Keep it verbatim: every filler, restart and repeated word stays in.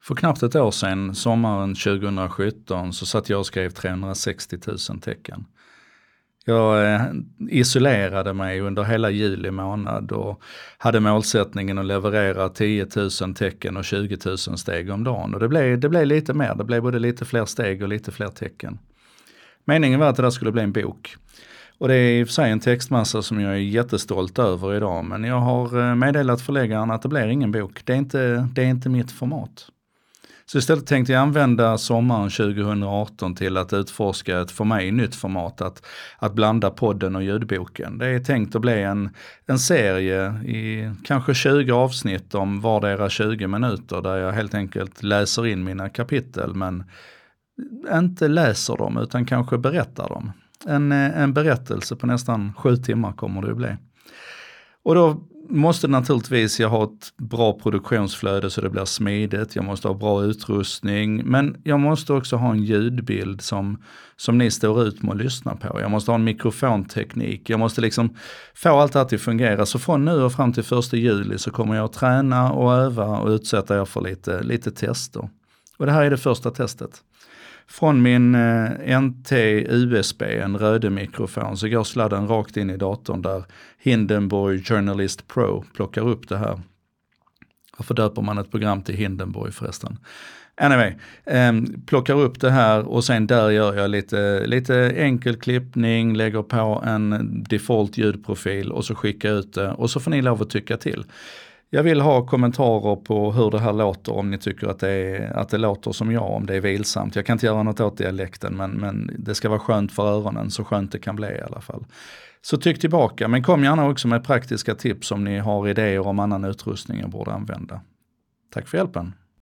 För knappt ett år sedan, sommaren tjugohundrasjutton, så satt jag och skrev trehundrasextio tusen tecken. Jag eh, isolerade mig under hela juli månad och hade målsättningen att leverera tio tusen tecken och tjugo tusen steg om dagen. Och det blev, det blev lite mer, det blev både lite fler steg och lite fler tecken. Meningen var att det där skulle bli en bok. Och det är i och för sig en textmassa som jag är jättestolt över idag, men jag har meddelat förläggaren att det blir ingen bok. Det är inte, det är inte mitt format. Så istället tänkte jag använda sommaren tjugohundraarton till att utforska ett för mig nytt format, att, att blanda podden och ljudboken. Det är tänkt att bli en, en serie i kanske tjugo avsnitt om vardera tjugo minuter, där jag helt enkelt läser in mina kapitel, men inte läser dem utan kanske berättar dem. En, en berättelse på nästan sju timmar kommer det att bli. Och då måste naturligtvis jag ha ett bra produktionsflöde så det blir smidigt. Jag måste ha bra utrustning, men jag måste också ha en ljudbild som, som ni står ut med att lyssna på. Jag måste ha en mikrofonteknik. Jag måste liksom få allt det här till att fungera. Så från nu och fram till första juli så kommer jag att träna och öva och utsätta er för lite, lite tester. Och det här är det första testet. Från min eh, N T U S B, en Rode-mikrofon, så går sladden rakt in i datorn där Hindenburg Journalist Pro plockar upp det här. Varför döper man ett program till Hindenburg förresten? Anyway, eh, plockar upp det här och sen där gör jag lite, lite enkel klippning, lägger på en default ljudprofil och så skickar jag ut det och så får ni lov att tycka till. Jag vill ha kommentarer på hur det här låter, om ni tycker att det, är, att det låter som jag, om det är vilsamt. Jag kan inte göra något åt dialekten, men, men det ska vara skönt för öronen, så skönt det kan bli i alla fall. Så tyck tillbaka, men kom gärna också med praktiska tips om ni har idéer om annan utrustning jag borde använda. Tack för hjälpen!